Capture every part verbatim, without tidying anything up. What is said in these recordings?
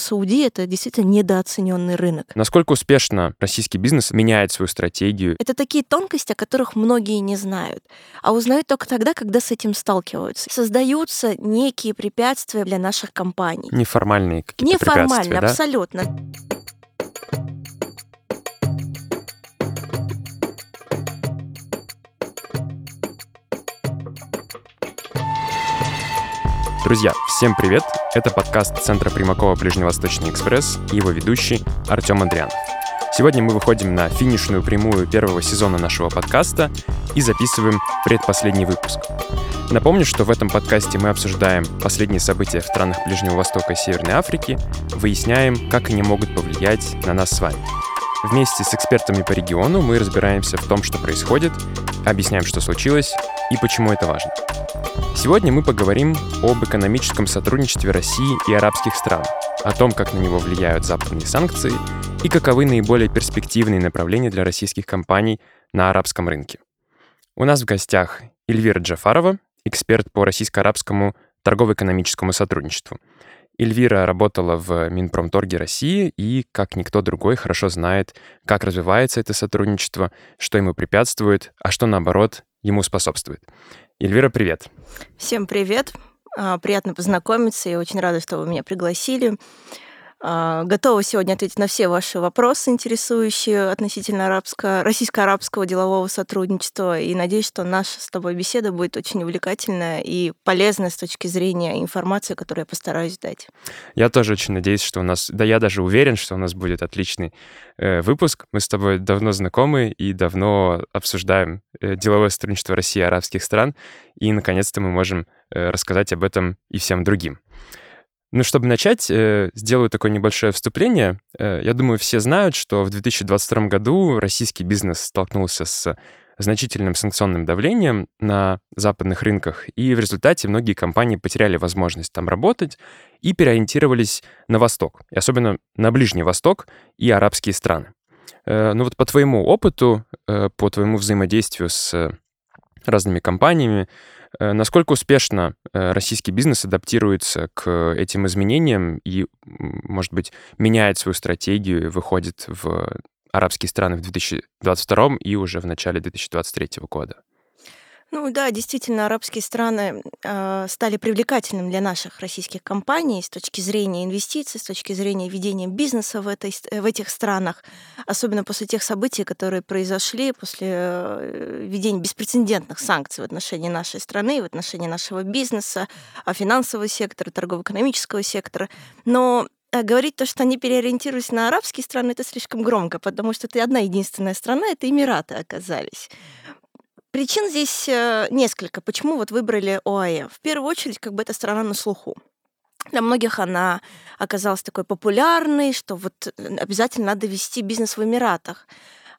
Саудия — это действительно недооцененный рынок. Насколько успешно российский бизнес меняет свою стратегию? Это такие тонкости, о которых многие не знают, а узнают только тогда, когда с этим сталкиваются. Создаются некие препятствия для наших компаний. Неформальные какие-то Неформально, препятствия, да? абсолютно. Друзья, всем привет! Это подкаст Центра Примакова «Ближневосточный экспресс» и его ведущий Артем Андрианов. Сегодня мы выходим на финишную прямую первого сезона нашего подкаста и записываем предпоследний выпуск. Напомню, что в этом подкасте мы обсуждаем последние события в странах Ближнего Востока и Северной Африки, выясняем, как они могут повлиять на нас с вами. Вместе с экспертами по региону мы разбираемся в том, что происходит, объясняем, что случилось и почему это важно. Сегодня мы поговорим об экономическом сотрудничестве России и арабских стран, о том, как на него влияют западные санкции и каковы наиболее перспективные направления для российских компаний на арабском рынке. У нас в гостях Эльвира Джафарова, эксперт по российско-арабскому торгово-экономическому сотрудничеству. Эльвира работала в Минпромторге России и, как никто другой, хорошо знает, как развивается это сотрудничество, что ему препятствует, а что, наоборот, ему способствует. Эльвира, привет. Всем привет. Приятно познакомиться. Я очень рада, что вы меня пригласили. Готова сегодня ответить на все ваши вопросы, интересующие относительно арабско- российско-арабского делового сотрудничества. И надеюсь, что наша с тобой беседа будет очень увлекательная и полезная с точки зрения информации, которую я постараюсь дать. Я тоже очень надеюсь, что у нас... Да, я даже уверен, что у нас будет отличный э, выпуск. Мы с тобой давно знакомы и давно обсуждаем э, деловое сотрудничество России и арабских стран. И, наконец-то, мы можем э, рассказать об этом и всем другим. Ну, чтобы начать, э, сделаю такое небольшое вступление. Э, я думаю, все знают, что в две тысячи двадцать втором году российский бизнес столкнулся с значительным санкционным давлением на западных рынках, и в результате многие компании потеряли возможность там работать и переориентировались на Восток, и особенно на Ближний Восток и арабские страны. Э, ну вот по твоему опыту, э, по твоему взаимодействию с разными компаниями, насколько успешно российский бизнес адаптируется к этим изменениям и, может быть, меняет свою стратегию, выходит в арабские страны в две тысячи двадцать втором и уже в начале две тысячи двадцать третьего года? Ну да, действительно, арабские страны э, стали привлекательным для наших российских компаний с точки зрения инвестиций, с точки зрения ведения бизнеса в, этой, в этих странах, особенно после тех событий, которые произошли после э, введения беспрецедентных санкций в отношении нашей страны, в отношении нашего бизнеса, финансового сектора, торгово-экономического сектора. Но говорить то, что они переориентировались на арабские страны, это слишком громко, потому что это одна единственная страна, это Эмираты оказались. Причин здесь несколько. Почему вот выбрали ОАЭ? В первую очередь, как бы эта страна на слуху. Для многих она оказалась такой популярной, что вот обязательно надо вести бизнес в Эмиратах.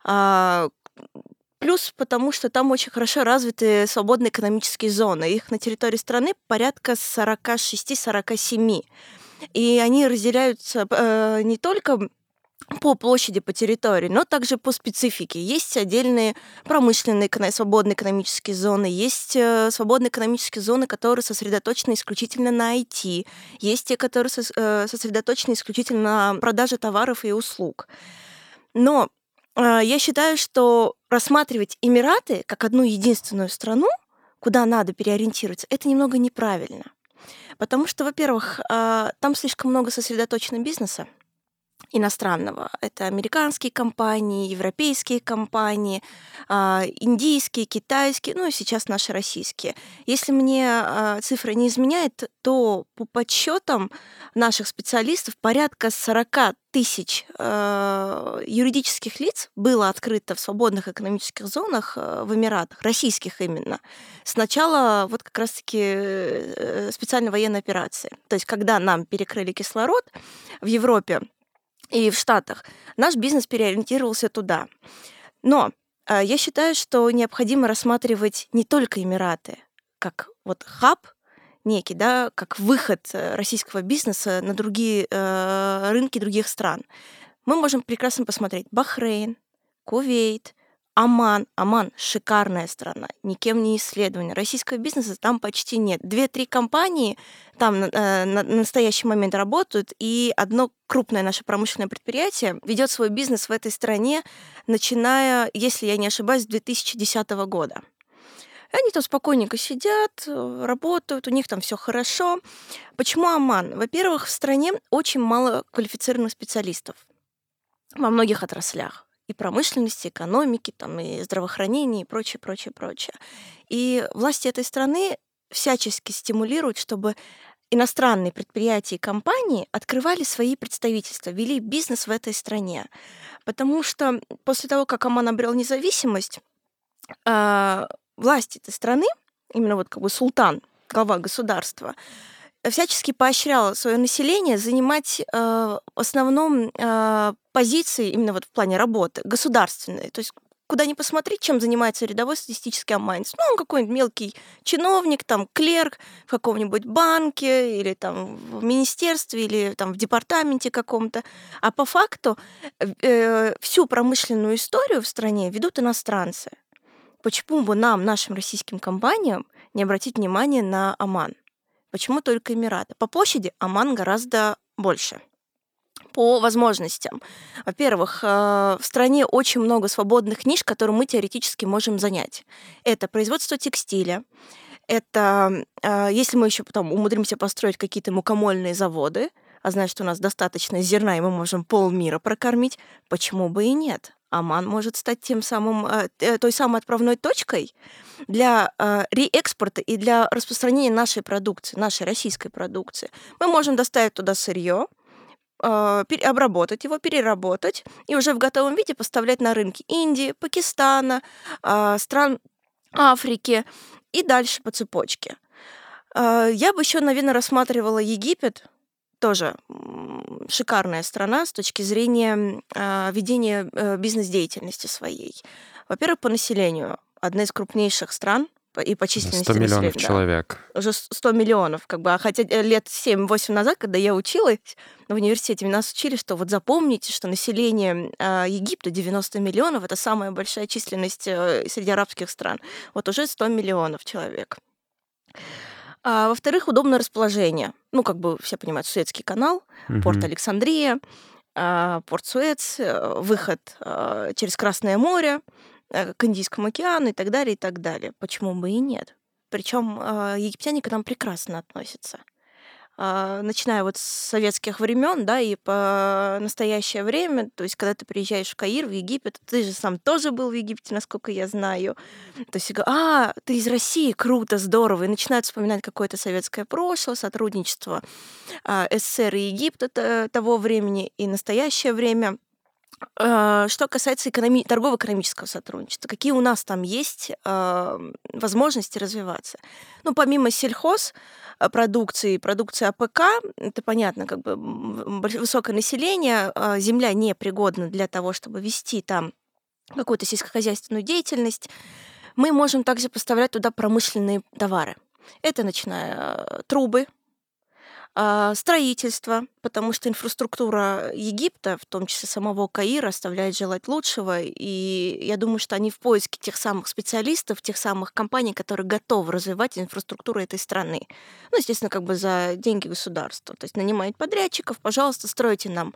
Плюс потому, что там очень хорошо развиты свободные экономические зоны. Их на территории страны порядка сорок шесть - сорок семь. И они разделяются не только по площади, по территории, но также по специфике. Есть отдельные промышленные свободные экономические зоны, есть свободные экономические зоны, которые сосредоточены исключительно на ай ти, есть те, которые сосредоточены исключительно на продаже товаров и услуг. Но я считаю, что рассматривать Эмираты как одну единственную страну, куда надо переориентироваться, это немного неправильно. Потому что, во-первых, там слишком много сосредоточено бизнеса иностранного. Это американские компании, европейские компании, индийские, китайские, ну и сейчас наши российские. Если мне цифра не изменяет, то по подсчетам наших специалистов порядка сорок тысяч юридических лиц было открыто в свободных экономических зонах в Эмиратах, российских именно, с начала вот как раз-таки специальной военной операции. То есть когда нам перекрыли кислород в Европе и в Штатах, наш бизнес переориентировался туда. Но э, я считаю, что необходимо рассматривать не только Эмираты как вот хаб некий, да, как выход российского бизнеса на другие э, рынки других стран. Мы можем прекрасно посмотреть Бахрейн, Кувейт, Оман. Оман — шикарная страна, никем не исследована. Российского бизнеса там почти нет. Две-три компании там э, на настоящий момент работают, и одно крупное наше промышленное предприятие ведет свой бизнес в этой стране, начиная, если я не ошибаюсь, с две тысячи десятого года. Они там спокойненько сидят, работают, у них там все хорошо. Почему Оман? Во-первых, в стране очень мало квалифицированных специалистов во многих отраслях. И промышленности, экономики, там, и здравоохранения, и прочее, прочее, прочее. И власти этой страны всячески стимулируют, чтобы иностранные предприятия и компании открывали свои представительства, вели бизнес в этой стране. Потому что после того, как Оман обрел независимость, власть этой страны, именно вот как бы султан, глава государства, всячески поощрял свое население занимать э, в основном э, позиции именно вот в плане работы государственные. То есть куда ни посмотри, чем занимается рядовой статистический оманец. Ну, он какой-нибудь мелкий чиновник, там, клерк в каком-нибудь банке или там в министерстве, или там в департаменте каком-то. А по факту э, всю промышленную историю в стране ведут иностранцы. Почему бы нам, нашим российским компаниям, не обратить внимание на Оман? Почему только Эмираты? По площади Оман гораздо больше. По возможностям. Во-первых, в стране очень много свободных ниш, которые мы теоретически можем занять. Это производство текстиля, это если мы еще потом умудримся построить какие-то мукомольные заводы, а значит, что у нас достаточно зерна, и мы можем полмира прокормить, почему бы и нет? Оман может стать тем самым, той самой отправной точкой для реэкспорта и для распространения нашей продукции, нашей российской продукции. Мы можем доставить туда сырье, обработать его, переработать и уже в готовом виде поставлять на рынки Индии, Пакистана, стран Африки и дальше по цепочке. Я бы еще, наверное, рассматривала Египет, тоже шикарная страна с точки зрения э, ведения э, бизнес-деятельности своей. Во-первых, по населению. Одна из крупнейших стран и по численности сто миллионов населения, человек. Да, уже сто миллионов. Как бы. А хотя лет семь-восемь назад, когда я училась в университете, нас учили, что вот запомните, что население э, Египта девяносто миллионов, это самая большая численность э, среди арабских стран. Вот уже сто миллионов человек. А, во-вторых, удобное расположение. Ну, как бы все понимают, Суэцкий канал, угу. Порт Александрия, а, порт Суэц, выход а, через Красное море а, к Индийскому океану и так далее, и так далее. Почему бы и нет? Причем а, египтяне к нам прекрасно относятся. А, начиная вот с советских времен, да, и по настоящее время, то есть когда ты приезжаешь в Каир, в Египет, ты же сам тоже был в Египте, насколько я знаю, то есть говорю, а, ты из России, круто, здорово, и начинают вспоминать какое-то советское прошлое, сотрудничество а, СССР и Египта того времени и настоящее время. Что касается экономи... торгово-экономического сотрудничества, какие у нас там есть э, возможности развиваться? Ну, помимо сельхозпродукции, продукции АПК, это понятно, как бы высокое население, э, земля непригодна для того, чтобы вести там какую-то сельскохозяйственную деятельность, мы можем также поставлять туда промышленные товары. Это начиная э, трубы, строительство, потому что инфраструктура Египта, в том числе самого Каира, оставляет желать лучшего, и я думаю, что они в поиске тех самых специалистов, тех самых компаний, которые готовы развивать инфраструктуру этой страны. Ну, естественно, как бы за деньги государства. То есть нанимает подрядчиков, пожалуйста, стройте нам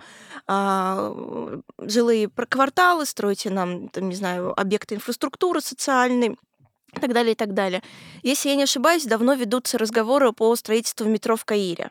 а, жилые кварталы, стройте нам, там, не знаю, объекты инфраструктуры социальной, и так далее, и так далее. Если я не ошибаюсь, давно ведутся разговоры по строительству метро в Каире.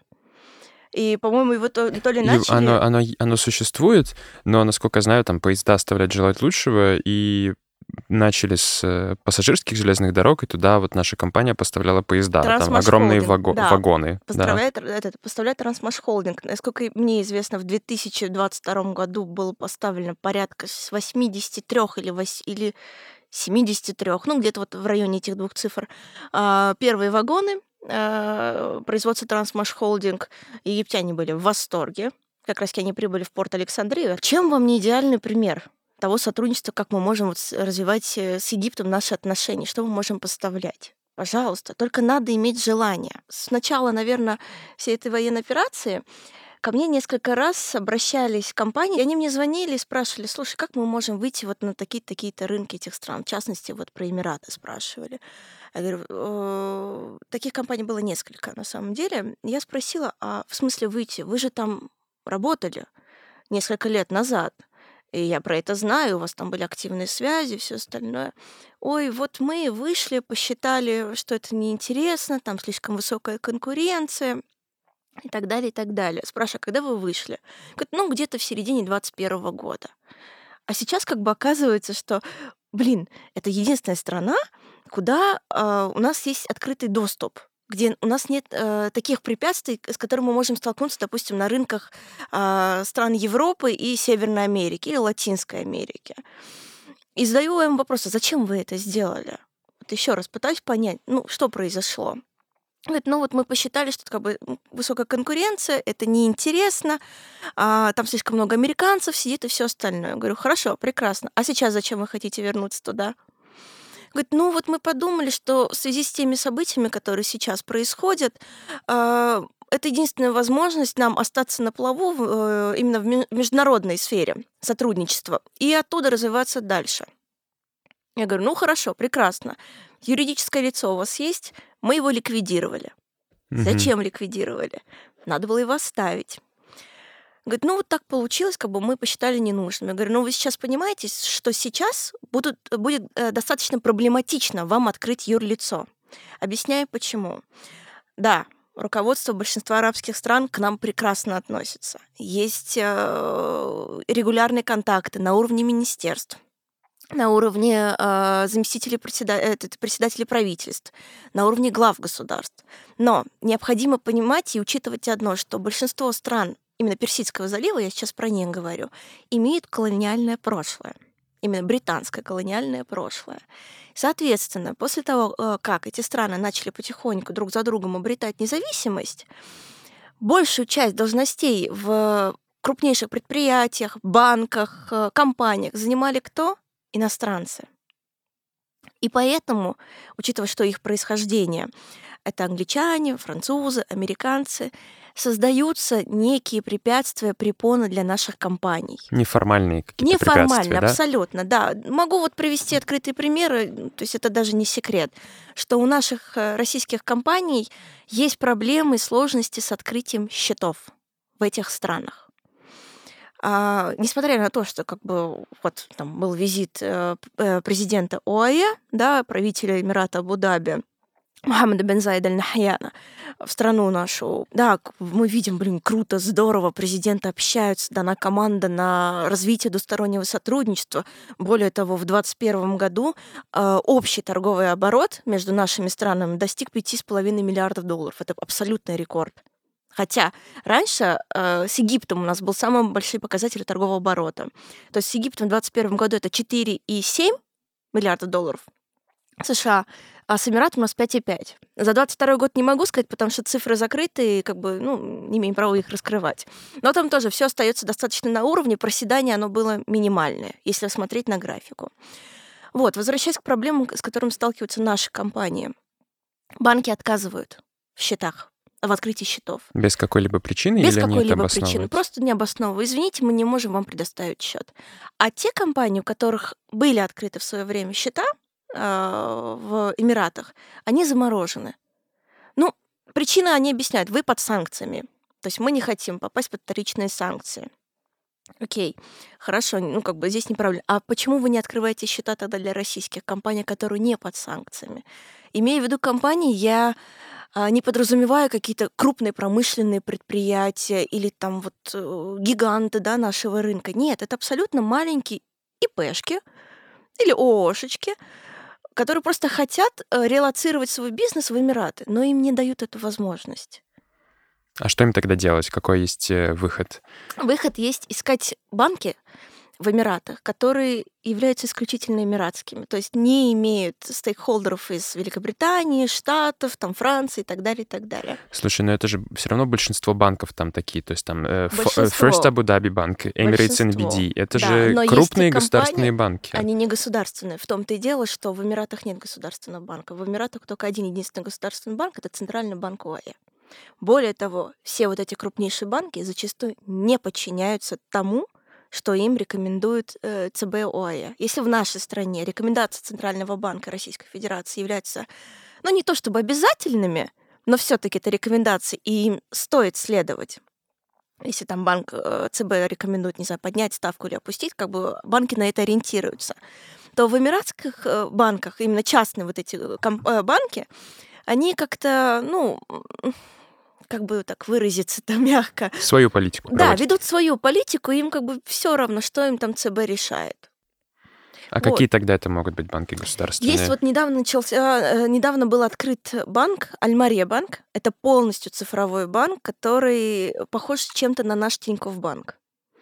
И, по-моему, его то, то ли начали... Оно, оно, оно существует, но, насколько я знаю, там поезда оставляют желать лучшего, и начали с пассажирских железных дорог, и туда вот наша компания поставляла поезда, там огромные ваго- да. вагоны. Поставляет, да. это, поставляет Трансмашхолдинг. Насколько мне известно, в две тысячи двадцать втором году было поставлено порядка восемьдесят три или, восемь, или семьдесят три, ну, где-то вот в районе этих двух цифр, первые вагоны, производство Трансмашхолдинг, египтяне были в восторге. Как раз они прибыли в порт Александрию. Чем вам не идеальный пример того сотрудничества, как мы можем вот развивать с Египтом наши отношения, что мы можем поставлять? Пожалуйста, только надо иметь желание. С начала, наверное, всей этой военной операции Ко мне несколько раз обращались компании, и они мне звонили и спрашивали: слушай, как мы можем выйти вот на такие-то такие-то рынки этих стран? В частности, вот про Эмираты спрашивали. Я говорю, «Э, таких компаний было несколько на самом деле. Я спросила, а в смысле выйти? Вы же там работали несколько лет назад. И я про это знаю, у вас там были активные связи, все остальное. Ой, вот мы вышли, посчитали, что это неинтересно, там слишком высокая конкуренция и так далее, и так далее. Спрашиваю, а когда вы вышли? Говорит, ну, где-то в середине двадцать первого года. А сейчас как бы оказывается, что, блин, это единственная страна, куда э, у нас есть открытый доступ, где у нас нет э, таких препятствий, с которыми мы можем столкнуться, допустим, на рынках э, стран Европы и Северной Америки или Латинской Америки. И задаю им вопрос, а зачем вы это сделали? Вот еще раз пытаюсь понять, ну, что произошло. Говорит, ну вот мы посчитали, что как бы высокая конкуренция, это неинтересно, а, там слишком много американцев сидит и все остальное. Я говорю, хорошо, прекрасно. А сейчас зачем вы хотите вернуться туда? Говорит, ну вот мы подумали, что в связи с теми событиями, которые сейчас происходят, а, это единственная возможность нам остаться на плаву в, э, именно в ме- международной сфере сотрудничества и оттуда развиваться дальше. Я говорю, ну хорошо, прекрасно. Юридическое лицо у вас есть? Мы его ликвидировали. Мгм. Зачем ликвидировали? Надо было его оставить. Говорит, ну вот так получилось, как бы мы посчитали ненужным. Я говорю, ну вы сейчас понимаете, что сейчас будут, будет э, достаточно проблематично вам открыть юрлицо. Объясняю, почему. Да, руководство большинства арабских стран к нам прекрасно относится. Есть э, регулярные контакты на уровне министерств, на уровне э, заместителей председа- этот, председателей правительств, на уровне глав государств. Но необходимо понимать и учитывать одно, что большинство стран именно Персидского залива, я сейчас про них говорю, имеют колониальное прошлое. Именно британское колониальное прошлое. Соответственно, после того, э, как эти страны начали потихоньку друг за другом обретать независимость, большую часть должностей в крупнейших предприятиях, банках, э, компаниях занимали кто? Иностранцы. И поэтому, учитывая, что их происхождение — это англичане, французы, американцы, создаются некие препятствия, препоны для наших компаний. Неформальные какие-то Неформально, препятствия, да? абсолютно, да. Могу вот привести открытые примеры, м, то есть это даже не секрет, что у наших э, российских компаний есть проблемы и сложности с открытием счетов в этих странах. А, несмотря на то, что как бы вот там был визит э, п- э, президента ОАЭ, да, правителя Эмирата Абу-Даби, Мухаммада бен Заида аль Нахьяна в страну нашу. Да, к- мы видим, блин, круто, здорово, президенты общаются, дана команда на развитие двустороннего сотрудничества. Более того, в двадцать первом году э, общий торговый оборот между нашими странами достиг пяти с половиной миллиардов долларов. Это абсолютный рекорд. Хотя раньше э, с Египтом у нас был самый большой показатель торгового оборота. То есть с Египтом в двадцать первом году это четыре и семь миллиарда долларов США, а с Эмиратом у нас пять и пять. За двадцать второй год не могу сказать, потому что цифры закрыты, и как бы, ну, не имеем права их раскрывать. Но там тоже все остается достаточно на уровне, проседание оно было минимальное, если смотреть на графику. Вот, возвращаясь к проблемам, с которыми сталкиваются наши компании. Банки отказывают в счетах, в открытии счетов. Без какой-либо причины Без или они это какой-либо причины, обосновывают? просто не обосновывая. Извините, мы не можем вам предоставить счет. А те компании, у которых были открыты в свое время счета а, в Эмиратах, они заморожены. Ну, причины они объясняют. Вы под санкциями. То есть мы не хотим попасть под вторичные санкции. Окей, хорошо, ну как бы здесь не проблема. А почему вы не открываете счета тогда для российских компаний, которые не под санкциями? Имея в виду компании, я а, не подразумеваю какие-то крупные промышленные предприятия или там вот э, гиганты, да, нашего рынка. Нет, это абсолютно маленькие ИПшки или ООшечки, которые просто хотят э, релоцировать свой бизнес в Эмираты, но им не дают эту возможность. А что им тогда делать? Какой есть э, выход? Выход есть искать банки в Эмиратах, которые являются исключительно эмиратскими, то есть не имеют стейкхолдеров из Великобритании, Штатов, там, Франции и так далее, и так далее. Слушай, ну это же все равно большинство банков там такие, то есть там э, Ф- э, Большинство. First Abu Dhabi банк, Emirates эн би Большинство. ди, это Да, же но есть крупные и государственные компании, банки. они не государственные. В том-то и дело, что в Эмиратах нет государственного банка. В Эмиратах только один единственный государственный банк — это Центральный банк ОАЭ. Более того, все вот эти крупнейшие банки зачастую не подчиняются тому, что им рекомендует э, ЦБ ОАЭ. Если в нашей стране рекомендации Центрального банка Российской Федерации являются, ну, не то чтобы обязательными, но все-таки это рекомендации, и им стоит следовать. Если там банк э, ЦБ рекомендует, не знаю, поднять ставку или опустить, как бы банки на это ориентируются, то в эмиратских э, банках, именно частные вот эти комп- э, банки, они как-то, ну, как бы так выразиться-то мягко. Свою политику Да, проводят. ведут свою политику, им как бы все равно, что им там ЦБ решает. А Вот. какие тогда это могут быть банки государственные? Есть вот недавно начался, э, недавно был открыт банк, Аль-Мария банк. Это полностью цифровой банк, который похож чем-то на наш Тинькофф банк.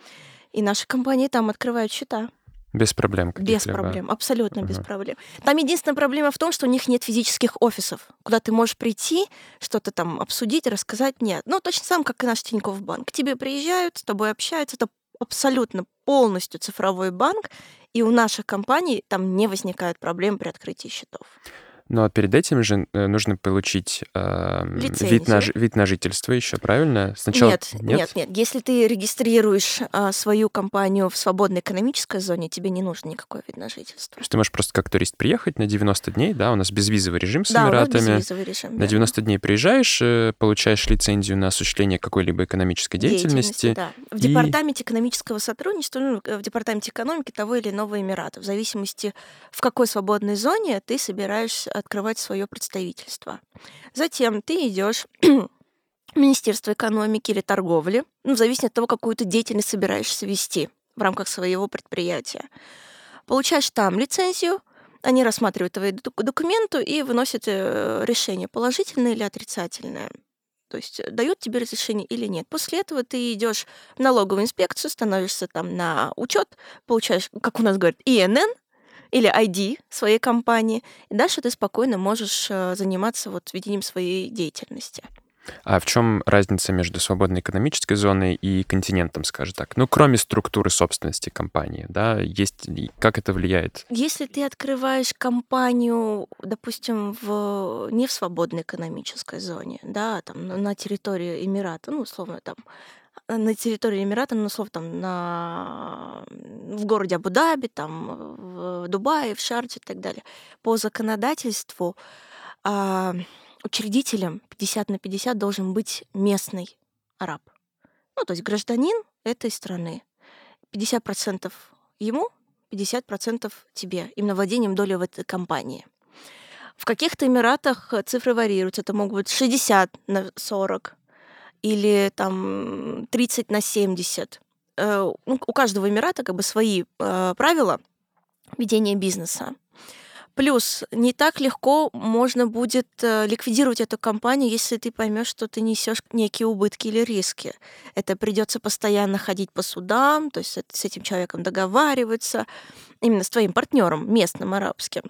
И наши компании там открывают счета. Без проблем Без каких-либо? проблем, абсолютно без Ага. проблем. Там единственная проблема в том, что у них нет физических офисов, куда ты можешь прийти, что-то там обсудить, рассказать. Нет. Ну, точно сам, как и наш Тинькофф банк. К тебе приезжают, с тобой общаются. Это абсолютно полностью цифровой банк, и у наших компаний там не возникают проблем при открытии счетов. Но перед этим же э, нужно получить э, вид, на, Лицензию. жи- вид на жительство еще, правильно? Сначала Нет, нет, нет. Если ты регистрируешь а, свою компанию в свободной экономической зоне, тебе не нужен никакой вид на То жительство. есть ты можешь просто как турист приехать на девяносто дней, да, у нас безвизовый режим с Да, у нас Эмиратами. безвизовый режим. На верно. девяносто дней приезжаешь, э, получаешь лицензию на осуществление какой-либо экономической деятельности. Да. В и- департаменте экономического сотрудничества, ну, в департаменте экономики того или иного Эмирата, в зависимости, в какой свободной зоне ты собираешься открывать свое представительство. Затем ты идешь в Министерство экономики или торговли, ну, в зависимости от того, какую ты деятельность собираешься вести в рамках своего предприятия. Получаешь там лицензию, они рассматривают твои доку- документы и выносят э, решение, положительное или отрицательное. То есть э, дают тебе разрешение или нет. После этого ты идешь в налоговую инспекцию, становишься там на учет, получаешь, как у нас говорят, И Н Н или ай ди своей компании, и дальше ты спокойно можешь э, заниматься вот ведением своей деятельности. А в чем разница между свободной экономической зоной и континентом, скажем так? Ну, кроме структуры собственности компании, да, есть ли- как это влияет? Если ты открываешь компанию, допустим, в, не в свободной экономической зоне, да, там на на территории Эмирата, ну, условно, там, а, на территории Эмирата, ну, условно, там, на, в городе Абу-Даби, там, в Дубае, в Шарджи и так далее, по законодательству а, учредителем пятьдесят на пятьдесят должен быть местный араб. Ну, то есть гражданин этой страны. пятьдесят процентов ему, пятьдесят процентов тебе, именно владением доли в этой компании. В каких-то Эмиратах э, цифры варьируются. Это могут быть шестьдесят на сорок или там тридцать на семьдесят. Э, ну, у каждого Эмирата как бы свои э, правила ведения бизнеса. Плюс не так легко можно будет э, ликвидировать эту компанию, если ты поймешь, что ты несешь некие убытки или риски. Это придется постоянно ходить по судам, то есть с с этим человеком договариваться, именно с твоим партнером местным арабским.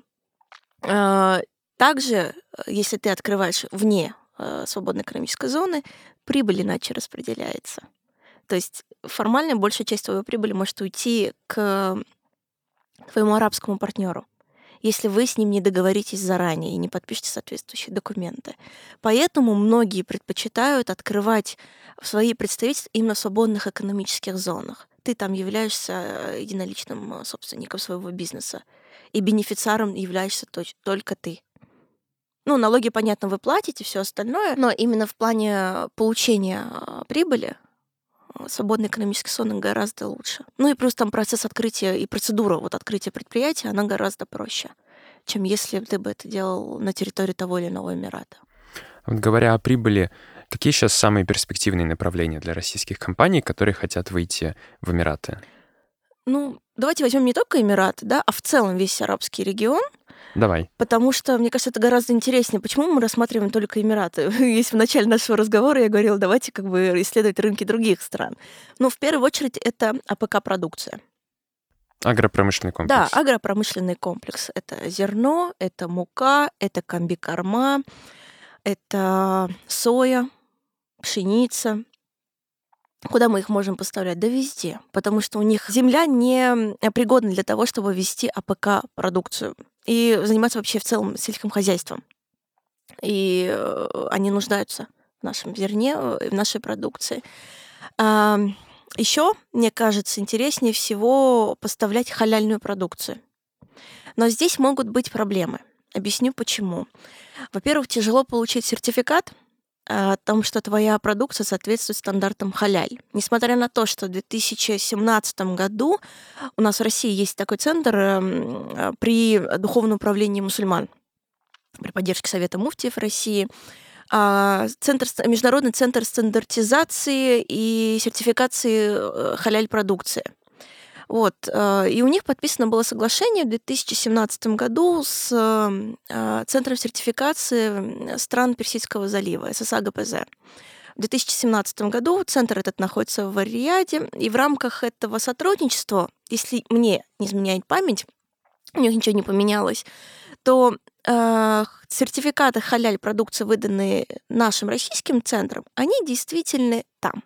А, Также, э, если ты открываешь вне э, свободной экономической зоны, прибыль иначе распределяется. То есть формально большая часть твоей прибыли может уйти к твоему арабскому партнеру, если вы с ним не договоритесь заранее и не подпишете соответствующие документы. Поэтому многие предпочитают открывать свои представительства именно в свободных экономических зонах. Ты там являешься э, единоличным э, собственником своего бизнеса, и бенефициаром являешься точ- только ты. Ну, налоги, понятно, вы платите, все остальное, но именно в плане получения э, прибыли э, свободной экономической зоны гораздо лучше. Ну и плюс там процесс открытия и процедура вот открытия предприятия, она гораздо проще, чем если ты бы это делал на территории того или иного Эмирата. Вот говоря о прибыли, какие сейчас самые перспективные направления для российских компаний, которые хотят выйти в Эмираты? Ну, давайте возьмем не только Эмираты, да, а в целом весь арабский регион, Давай. потому что, мне кажется, это гораздо интереснее. Почему мы рассматриваем только Эмираты? Если в начале нашего разговора я говорила, давайте как бы исследовать рынки других стран. Ну, в первую очередь, это А П К-продукция. Агропромышленный Да, комплекс. агропромышленный комплекс. Это зерно, это мука, это комбикорма, это соя, пшеница. Куда мы их можем поставлять? Да везде, потому что у них земля не пригодна для того, чтобы вести А П К-продукцию и заниматься вообще в целом сельским хозяйством. И э, они нуждаются в нашем зерне, в нашей продукции. Еще, мне кажется, интереснее всего поставлять халяльную продукцию. Но здесь могут быть проблемы. Объясню почему. Во-первых, тяжело получить сертификат о том, что твоя продукция соответствует стандартам халяль. Несмотря на то, что в две тысячи семнадцатом году у нас в России есть такой центр при Духовном управлении мусульман, при поддержке Совета муфтиев России, центр, Международный центр стандартизации и сертификации халяль-продукции. Вот. И у них подписано было соглашение в две тысячи семнадцатом году с Центром сертификации стран Персидского залива, эс эс а гэ пэ зэ. В две тысячи семнадцатом году центр этот находится в Ар-Рияде, и в рамках этого сотрудничества, если мне не изменяет память, у них ничего не поменялось, то э, сертификаты халяль-продукции, выданные нашим российским центром, они действительно там.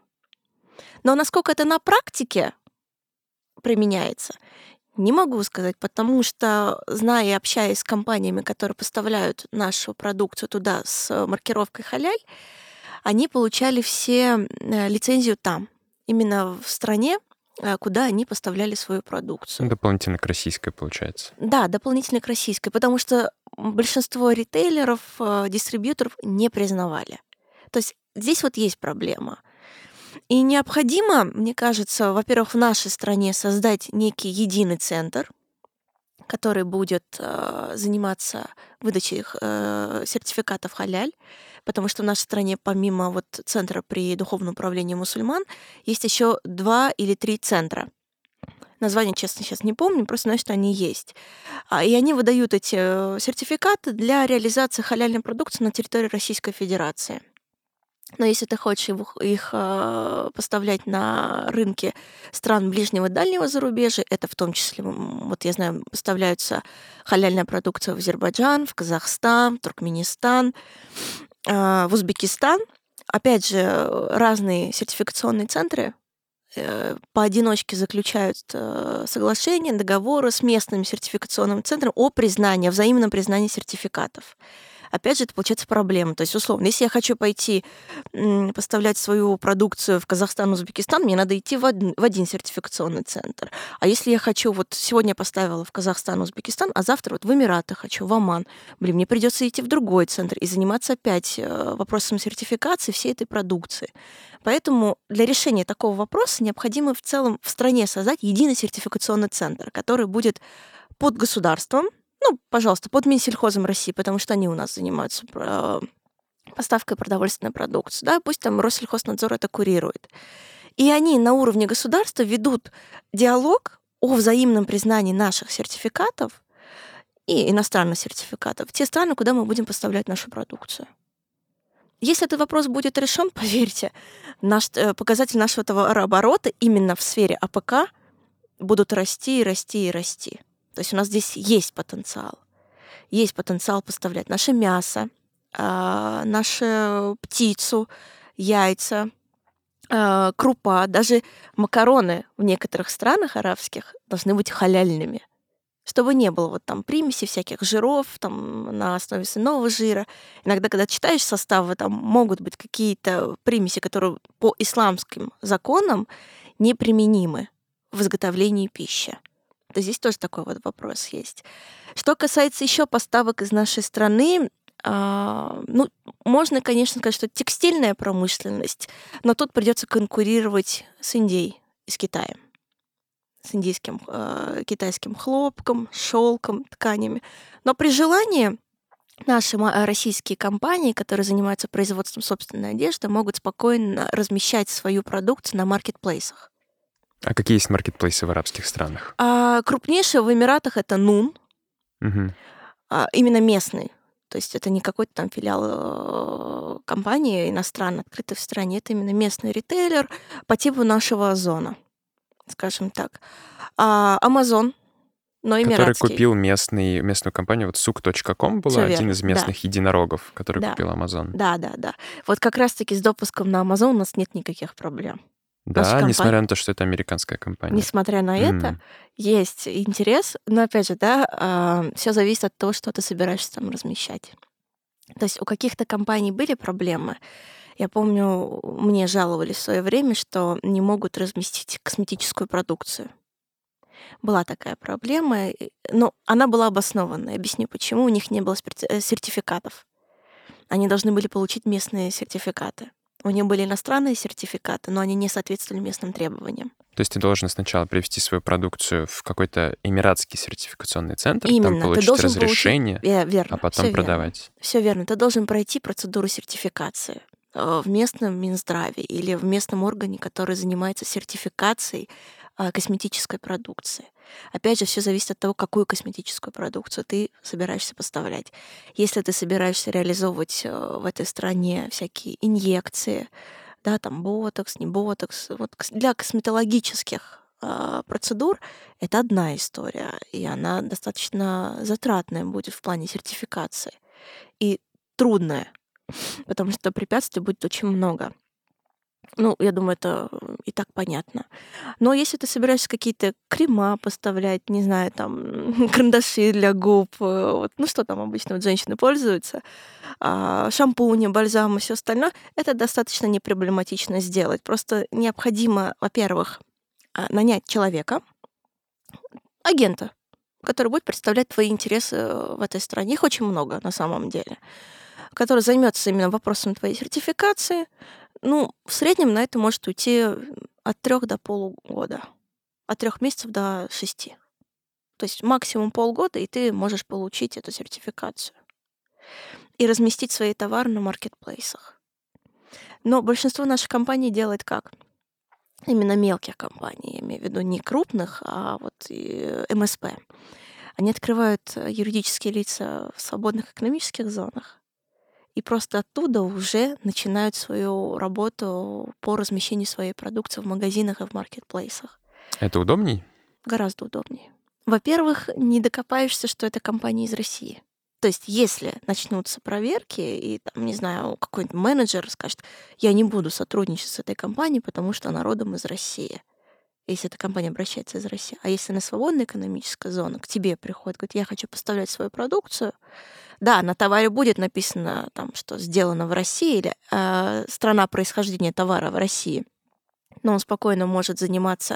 Но насколько это на практике применяется, не могу сказать, потому что, зная и общаясь с компаниями, которые поставляют нашу продукцию туда с маркировкой халяль, они получали все лицензию там, именно в стране, куда они поставляли свою продукцию. Дополнительно к российской, получается. Да, дополнительно к российской, потому что большинство ритейлеров, дистрибьюторов не признавали. То есть здесь вот есть проблема. И необходимо, мне кажется, во-первых, в нашей стране создать некий единый центр, который будет э, заниматься выдачей э, сертификатов халяль, потому что в нашей стране помимо вот центра при Духовном управлении мусульман есть еще два или три центра. Название, честно, сейчас не помню, просто знаю, что они есть. И они выдают эти сертификаты для реализации халяльной продукции на территории Российской Федерации. Но если ты хочешь их поставлять на рынки стран ближнего и дальнего зарубежья, это в том числе, вот я знаю, поставляются халяльная продукция в Азербайджан, в Казахстан, в Туркменистан, в Узбекистан. Опять же, разные сертификационные центры поодиночке заключают соглашения, договоры с местным сертификационным центром о признании, о взаимном признании сертификатов. Опять же, это получается проблема. То есть, условно, если я хочу пойти м, поставлять свою продукцию в Казахстан, Узбекистан, мне надо идти в один, в один сертификационный центр. А если я хочу, вот сегодня я поставила в Казахстан, Узбекистан, а завтра вот в Эмираты хочу, в Оман, блин, мне придется идти в другой центр и заниматься опять вопросом сертификации всей этой продукции. Поэтому для решения такого вопроса необходимо в целом в стране создать единый сертификационный центр, который будет под государством, ну, пожалуйста, под Минсельхозом России, потому что они у нас занимаются поставкой продовольственной продукции. Да, пусть там Россельхознадзор это курирует. И они на уровне государства ведут диалог о взаимном признании наших сертификатов и иностранных сертификатов в те страны, куда мы будем поставлять нашу продукцию. Если этот вопрос будет решен, поверьте, наш, показатель нашего товарооборота именно в сфере а пэ ка будут расти и расти и расти. То есть у нас здесь есть потенциал. Есть потенциал поставлять наше мясо, нашу птицу, яйца, крупа. Даже макароны в некоторых странах арабских должны быть халяльными, чтобы не было вот там примесей всяких жиров там, на основе свиного жира. Иногда, когда читаешь составы, там могут быть какие-то примеси, которые по исламским законам неприменимы в изготовлении пищи. То здесь тоже такой вот вопрос есть. Что касается еще поставок из нашей страны, а, ну, можно, конечно, сказать, что текстильная промышленность, но тут придется конкурировать с Индией и с Китаем, с индийским, э, китайским хлопком, шелком, тканями. Но при желании наши российские компании, которые занимаются производством собственной одежды, могут спокойно размещать свою продукцию на маркетплейсах. А какие есть маркетплейсы в арабских странах? А, крупнейший в Эмиратах это Нун, угу. а, именно местный. То есть это не какой-то там филиал компании иностранной, открытой в стране. Это именно местный ритейлер по типу нашего Озона, скажем так. А, Amazon, но эмиратский. Который купил местный, местную компанию, вот сук точка ком была Всё один верно, из местных да. единорогов, который Да. купил Amazon. Да, да, да. Вот как раз-таки с допуском на Amazon у нас нет никаких проблем. Да, Наша компания- несмотря на то, что это американская компания. Несмотря на это, М. есть интерес, но опять же, да, все зависит от того, что ты собираешься там размещать. То есть у каких-то компаний были проблемы, Я помню, мне жаловались в свое время, что не могут разместить косметическую продукцию. Была такая проблема, и- но она была обоснованной. Объясню, почему у них не было спирти- э, сертификатов. Они должны были получить местные сертификаты. У них были иностранные сертификаты, но они не соответствовали местным требованиям. То есть ты должен сначала привести свою продукцию в какой-то эмиратский сертификационный центр, там Именно, ты получить должен получить... разрешение, Э, а верно, потом все верно. продавать. Все верно. Ты должен пройти процедуру сертификации э, в местном Минздраве или в местном органе, который занимается сертификацией а, косметической продукции. Опять же, все зависит от того, какую косметическую продукцию ты собираешься поставлять. Если ты собираешься реализовывать э, в этой стране всякие инъекции, да, там ботокс, не ботокс, вот кос- для косметологических а, процедур это одна история, и она достаточно затратная будет в плане сертификации и трудная, потому что препятствий будет очень много. Ну, я думаю, это э, и так понятно. Но если ты собираешься какие-то крема поставлять, не знаю, там карандаши для губ, э, вот, ну что там обычно вот женщины пользуются, а, шампуни, бальзамы, все остальное, это достаточно непроблематично сделать. Просто необходимо, во-первых, а, нанять человека, агента, который будет представлять твои интересы э, в этой стране. Их очень много на самом деле, который займется именно вопросом твоей сертификации. Ну, в среднем на это может уйти от трех до полугода, от трех месяцев до шести. То есть максимум полгода, и ты можешь получить эту сертификацию и разместить свои товары на маркетплейсах. Но большинство наших компаний делает как? Именно мелких компаний, я имею в виду не крупных, а вот и эм эс пэ. Они открывают э, юридические лица в свободных экономических зонах и просто оттуда уже начинают свою работу по размещению своей продукции в магазинах и в маркетплейсах. Это удобней? Гораздо удобнее. Во-первых, не докопаешься, что это компания из России. То есть, если начнутся проверки, и там, не знаю, какой-нибудь менеджер скажет, я не буду сотрудничать с этой компанией, потому что она родом из России. Если эта компания обращается из России. А если на свободная экономическая зона к тебе приходит, говорит, я хочу поставлять свою продукцию, да, на товаре будет написано, там, что сделано в России или э, страна происхождения товара в России, но он спокойно может заниматься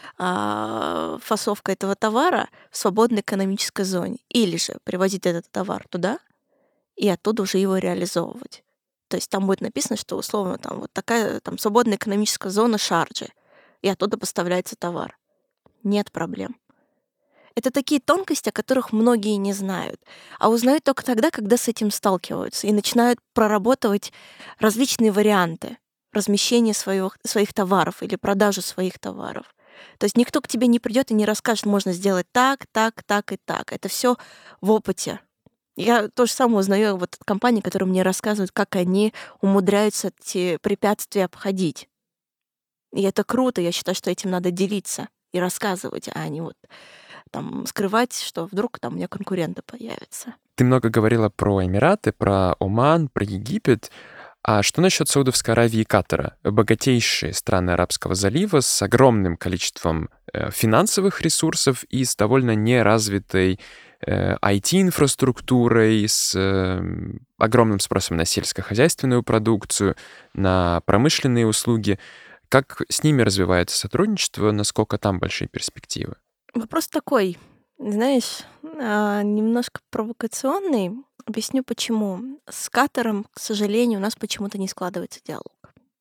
а, фасовкой этого товара в свободной экономической зоне. Или же привозить этот товар туда и оттуда уже его реализовывать. То есть там будет написано, что условно там вот такая там свободная экономическая зона Шарджи, и оттуда поставляется товар. Нет проблем. Это такие тонкости, о которых многие не знают, а узнают только тогда, когда с этим сталкиваются и начинают проработывать различные варианты размещения своих, своих товаров или продажи своих товаров. То есть никто к тебе не придет и не расскажет, можно сделать так, так, так и так. Это все в опыте. Я то же самое узнаю вот от компаний, которые мне рассказывают, как они умудряются эти препятствия обходить. И это круто, я считаю, что этим надо делиться и рассказывать, а не вот там скрывать, что вдруг там у меня конкуренты появятся. Ты много говорила про Эмираты, про Оман, про Египет. А что насчет Саудовской Аравии и Катара? Богатейшие страны Арабского залива с огромным количеством э, финансовых ресурсов и с довольно неразвитой э, ай ти-инфраструктурой, с э, огромным спросом на сельскохозяйственную продукцию, на промышленные услуги. Как с ними развивается сотрудничество? Насколько там большие перспективы? Вопрос такой, знаешь, а, немножко провокационный. Объясню почему. С Катаром, к сожалению, у нас почему-то не складывается диалог.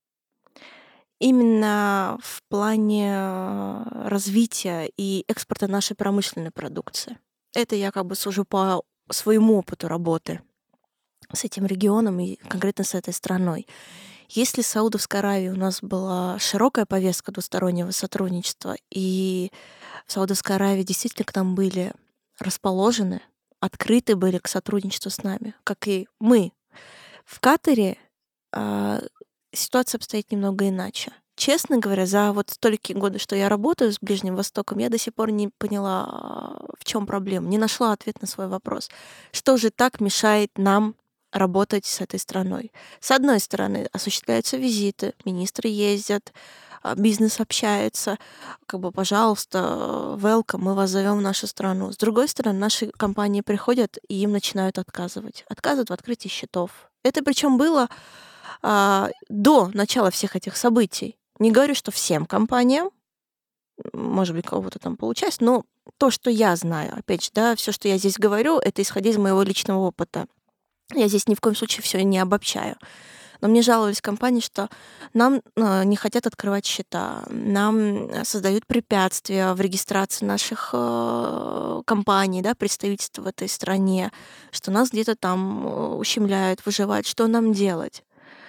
Именно в плане а, развития и экспорта нашей промышленной продукции. Это я как бы сужу по своему опыту работы с этим регионом и конкретно с этой страной. Если в Саудовской Аравии у нас была широкая повестка двустороннего сотрудничества, и в Саудовской Аравии действительно к нам были расположены, открыты были к сотрудничеству с нами, как и мы. В Катаре а, ситуация обстоит немного иначе. Честно говоря, за вот столькие годы, что я работаю с Ближним Востоком, я до сих пор не поняла, а, в чем проблема, не нашла ответ на свой вопрос. Что же так мешает нам работать с этой страной? С одной стороны, осуществляются визиты, министры ездят, а, бизнес общается, как бы, пожалуйста, welcome, мы вас зовем в нашу страну. С другой стороны, наши компании приходят и им начинают отказывать. Отказывают в открытии счетов. Это причем было а, до начала всех этих событий. Не говорю, что всем компаниям, может быть, кого-то там получается, но то, что я знаю, опять же, да, все, что я здесь говорю, это исходя из моего личного опыта. Я здесь ни в коем случае все не обобщаю. Но мне жаловались компании, что нам э, не хотят открывать счета, нам э, создают препятствия в регистрации наших э, компаний, да, представительств в этой стране, что нас где-то там э, ущемляют, выживают. Что нам делать?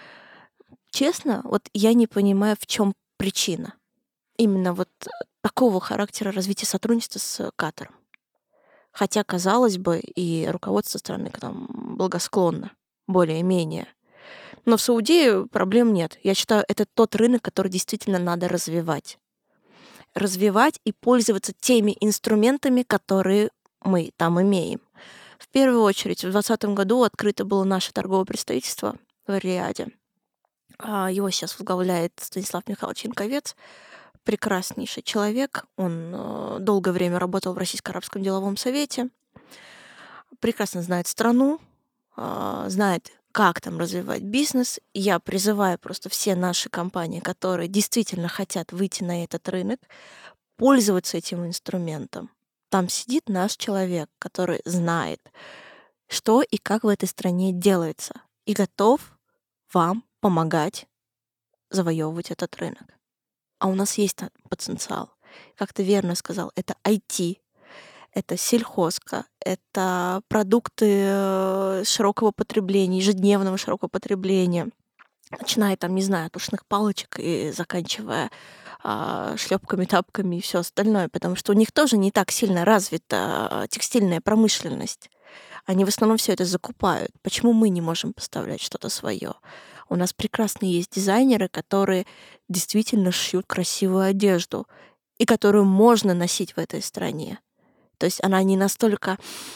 Честно, вот я не понимаю, в чем причина именно вот такого характера развития сотрудничества с Катаром. Хотя, казалось бы, и руководство страны к нам благосклонно, более-менее. Но в Саудии проблем нет. Я считаю, это тот рынок, который действительно надо развивать. Развивать и пользоваться теми инструментами, которые мы там имеем. В первую очередь, в двадцатом году открыто было наше торговое представительство в Риаде. Его сейчас возглавляет Станислав Михайлович Янковец. Прекраснейший человек. Он долгое время работал в Российско-Арабском деловом совете. Прекрасно знает страну, знает, как там развивать бизнес. Я призываю просто все наши компании, которые действительно хотят выйти на этот рынок, пользоваться этим инструментом. Там сидит наш человек, который знает, что и как в этой стране делается, и готов вам помогать завоевывать этот рынок. А у нас есть потенциал. Как ты верно сказал, это ай ти, это сельхозка, это продукты широкого потребления, ежедневного широкого потребления, начиная там, не знаю, от ушных палочек и заканчивая а, шлепками, тапками и все остальное, потому что у них тоже не так сильно развита текстильная промышленность. Они в основном все это закупают. Почему мы не можем поставлять что-то свое? У нас прекрасные есть дизайнеры, которые действительно шьют красивую одежду и которую можно носить в этой стране. То есть она не настолько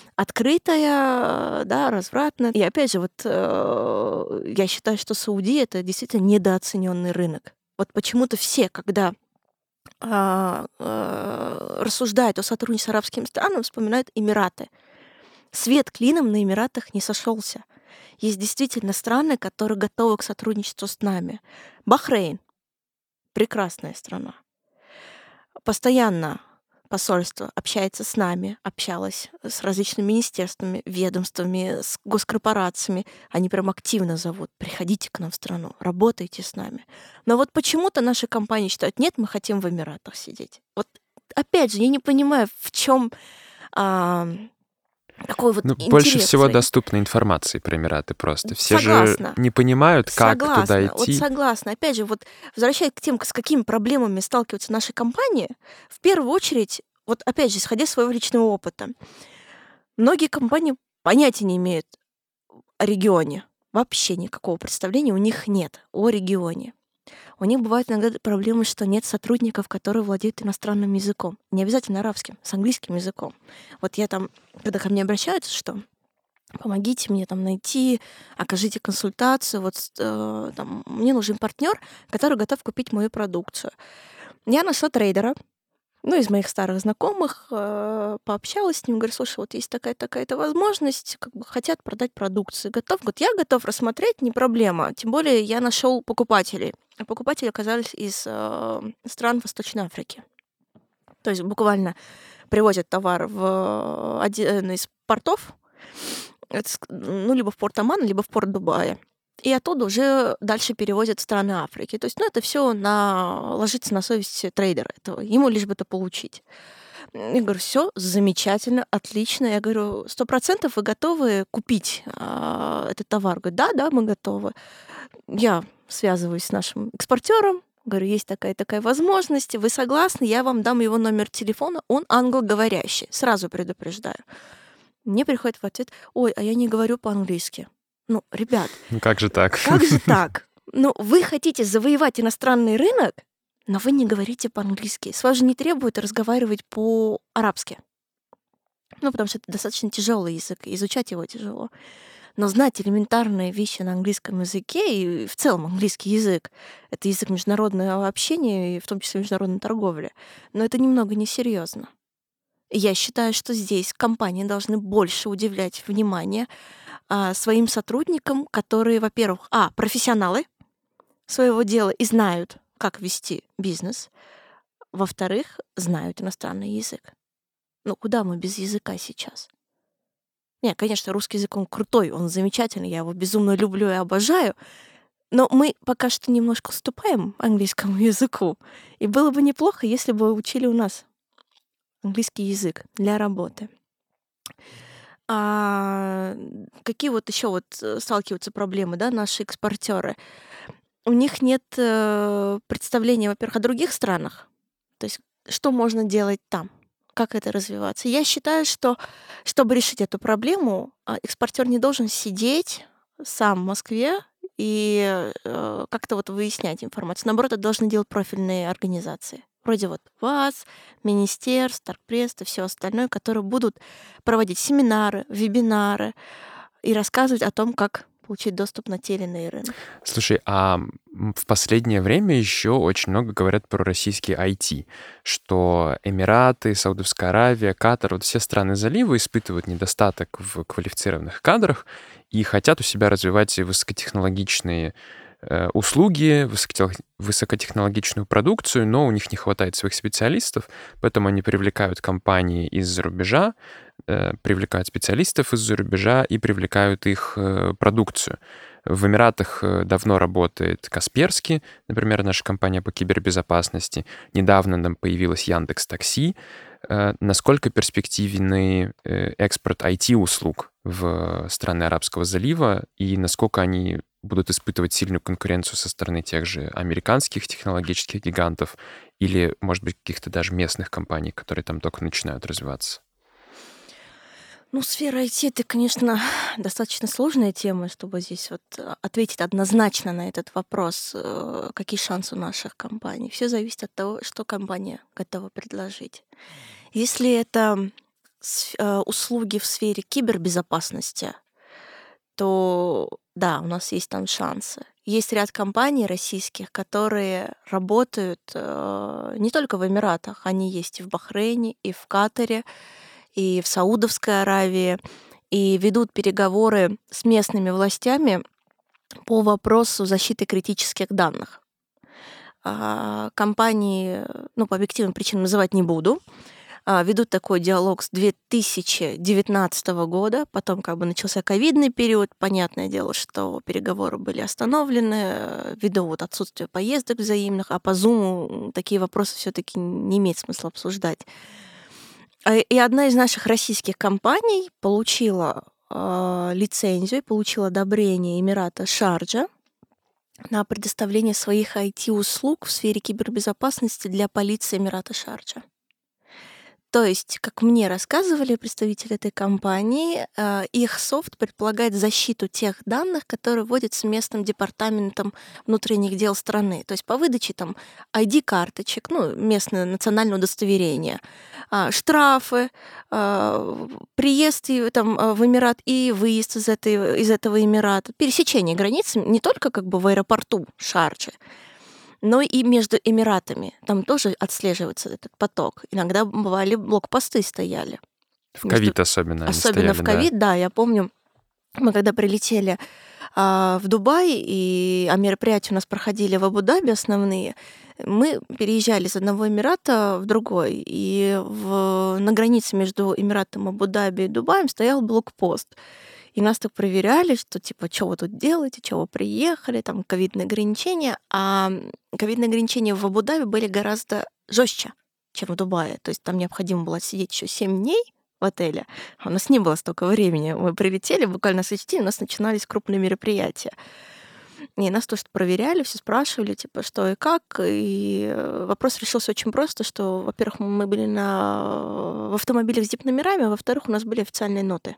открытая, да, развратная. И опять же, вот э, я считаю, что Саудия — это действительно недооцененный рынок. Вот почему-то все, когда э, э, рассуждают о сотрудничестве с арабскими странами, вспоминают Эмираты. Свет клином на Эмиратах не сошелся. Есть действительно страны, которые готовы к сотрудничеству с нами. Бахрейн — прекрасная страна. Постоянно посольство общается с нами, общалось с различными министерствами, ведомствами, с госкорпорациями. Они прям активно зовут: приходите к нам в страну, работайте с нами. Но вот почему-то наши компании считают: нет, мы хотим в Эмиратах сидеть. Вот опять же, я не понимаю, в чем а, такой вот ну, интерес. Больше всего доступной информации про Эмираты просто. Все согласна. Же не понимают, как согласна. туда идти. Вот согласна. Опять же, вот возвращаясь к тем, с какими проблемами сталкиваются наши компании, в первую очередь, вот опять же, исходя из своего личного опыта, многие компании понятия не имеют о регионе. Вообще никакого представления у них нет о регионе. У них бывают иногда проблемы, что нет сотрудников, которые владеют иностранным языком. Не обязательно арабским, с английским языком. Вот я там, когда ко мне обращаются, что помогите мне там найти, окажите консультацию, вот э, там, мне нужен партнер, который готов купить мою продукцию. Я нашла трейдера, ну, из моих старых знакомых, э, пообщалась с ним, говорю: слушай, вот есть такая-такая-то возможность, как бы хотят продать продукцию. Готов? Говорит: я готов рассмотреть, не проблема. Тем более я нашел покупателей. А покупатели оказались из э, стран Восточной Африки. То есть буквально привозят товар в один из портов, ну, либо в порт Омана, либо в порт Дубая. И оттуда уже дальше перевозят в страны Африки. То есть, ну, это все на... ложится на совесть трейдера этого. Ему лишь бы это получить. Я говорю: все замечательно, отлично. Я говорю: сто процентов вы готовы купить а, этот товар? Говорит: да, да, мы готовы. Я связываюсь с нашим экспортером, говорю: есть такая-такая возможность, вы согласны? Я вам дам его номер телефона, он англоговорящий, сразу предупреждаю. Мне приходит в ответ: ой, а я не говорю по-английски. Ну, ребят, ну как же так? Как же так? Ну, вы хотите завоевать иностранный рынок, но вы не говорите по-английски. С вас же не требуют разговаривать по-арабски. Ну, потому что это достаточно тяжелый язык, изучать его тяжело. Но знать элементарные вещи на английском языке, и в целом английский язык — это язык международного общения, и в том числе международной торговли. Но это немного несерьезно. Я считаю, что здесь компании должны больше уделять внимание а, своим сотрудникам, которые, во-первых, а, профессионалы своего дела и знают, как вести бизнес, во-вторых, знают иностранный язык. Ну, куда мы без языка сейчас? Не, конечно, русский язык, он крутой, он замечательный, я его безумно люблю и обожаю, но мы пока что немножко уступаем английскому языку, и было бы неплохо, если бы учили у нас английский язык для работы. А какие вот еще вот э, сталкиваются проблемы, да, наши экспортеры? У них нет э, представления, во-первых, о других странах, то есть что можно делать там, как это развиваться. Я считаю, что чтобы решить эту проблему, а, экспортер не должен сидеть сам в Москве и э, как-то вот выяснять информацию. Наоборот, это должны делать профильные организации. Вроде вот ВАС, Министерств, Торгпресс и все остальное, которые будут проводить семинары, вебинары и рассказывать о том, как получить доступ на те или иные рынки. Слушай, а м, в последнее время еще очень много говорят про российский ай ти, что Эмираты, Саудовская Аравия, Катар, вот все страны залива испытывают недостаток в квалифицированных кадрах и хотят у себя развивать высокотехнологичные э, услуги, высокотех- высокотехнологичную продукцию, но у них не хватает своих специалистов, поэтому они привлекают компании из-за рубежа, э, привлекают специалистов из-за рубежа и привлекают их э, продукцию. В Эмиратах э, давно работает Касперский, например, наша компания по кибербезопасности. Недавно там появилась Яндекс.Такси. Э, Насколько перспективный э, экспорт ай ти-услуг в страны Арабского залива и насколько они будут испытывать сильную конкуренцию со стороны тех же американских технологических гигантов или, может быть, каких-то даже местных компаний, которые там только начинают развиваться? Ну, сфера ай ти — это, конечно, достаточно сложная тема, чтобы здесь вот э, ответить однозначно на этот вопрос, э, какие шансы у наших компаний. Все зависит от того, что компания готова предложить. Если это сф- э, услуги в сфере кибербезопасности, то да, у нас есть там шансы. Есть ряд компаний российских, которые работают э, не только в Эмиратах, они есть и в Бахрейне, и в Катаре, и в Саудовской Аравии, и ведут переговоры с местными властями по вопросу защиты критических данных. А, Компании, ну, по объективным причинам называть не буду, а, ведут такой диалог с две тысячи девятнадцатого года, потом как бы начался ковидный период, понятное дело, что переговоры были остановлены э, ввиду вот отсутствия поездок взаимных, а по Zoom такие вопросы все таки не имеет смысла обсуждать. А, И одна из наших российских компаний получила а, лицензию, получила одобрение Эмирата Шарджа на предоставление своих ай ти-услуг в сфере кибербезопасности для полиции Эмирата Шарджа. То есть, как мне рассказывали представители этой компании, а, их софт предполагает защиту тех данных, которые вводятся местным департаментом внутренних дел страны. То есть по выдаче там ай ди-карточек, ну, местное национальное удостоверение, а, штрафы, а, приезд и, там, а, в Эмират и выезд из, этой, из этого Эмирата, пересечение границы не только как бы в аэропорту Шарджи, но и между Эмиратами. Там тоже отслеживается этот поток. Иногда бывали блокпосты стояли. В Между... ковид особенно они Особенно стояли, в да. ковид, да, я помню, мы когда прилетели а, в Дубай, и а мероприятия у нас проходили в Абу-Даби основные, мы переезжали из одного Эмирата в другой, и в... на границе между Эмиратом Абу-Даби и Дубаем стоял блокпост. И нас так проверяли, что типа, что вы тут делаете, что вы приехали, там ковидные ограничения. А ковидные ограничения в Абу-Даби были гораздо жестче, чем в Дубае. То есть там необходимо было сидеть еще семь дней в отеле. А у нас не было столько времени. Мы прилетели, буквально с шести у нас начинались крупные мероприятия. И нас тоже проверяли, все спрашивали, типа, что и как. И э, вопрос решился очень просто, что, во-первых, мы были на... в автомобилях с дип-номерами, а во-вторых, у нас были официальные ноты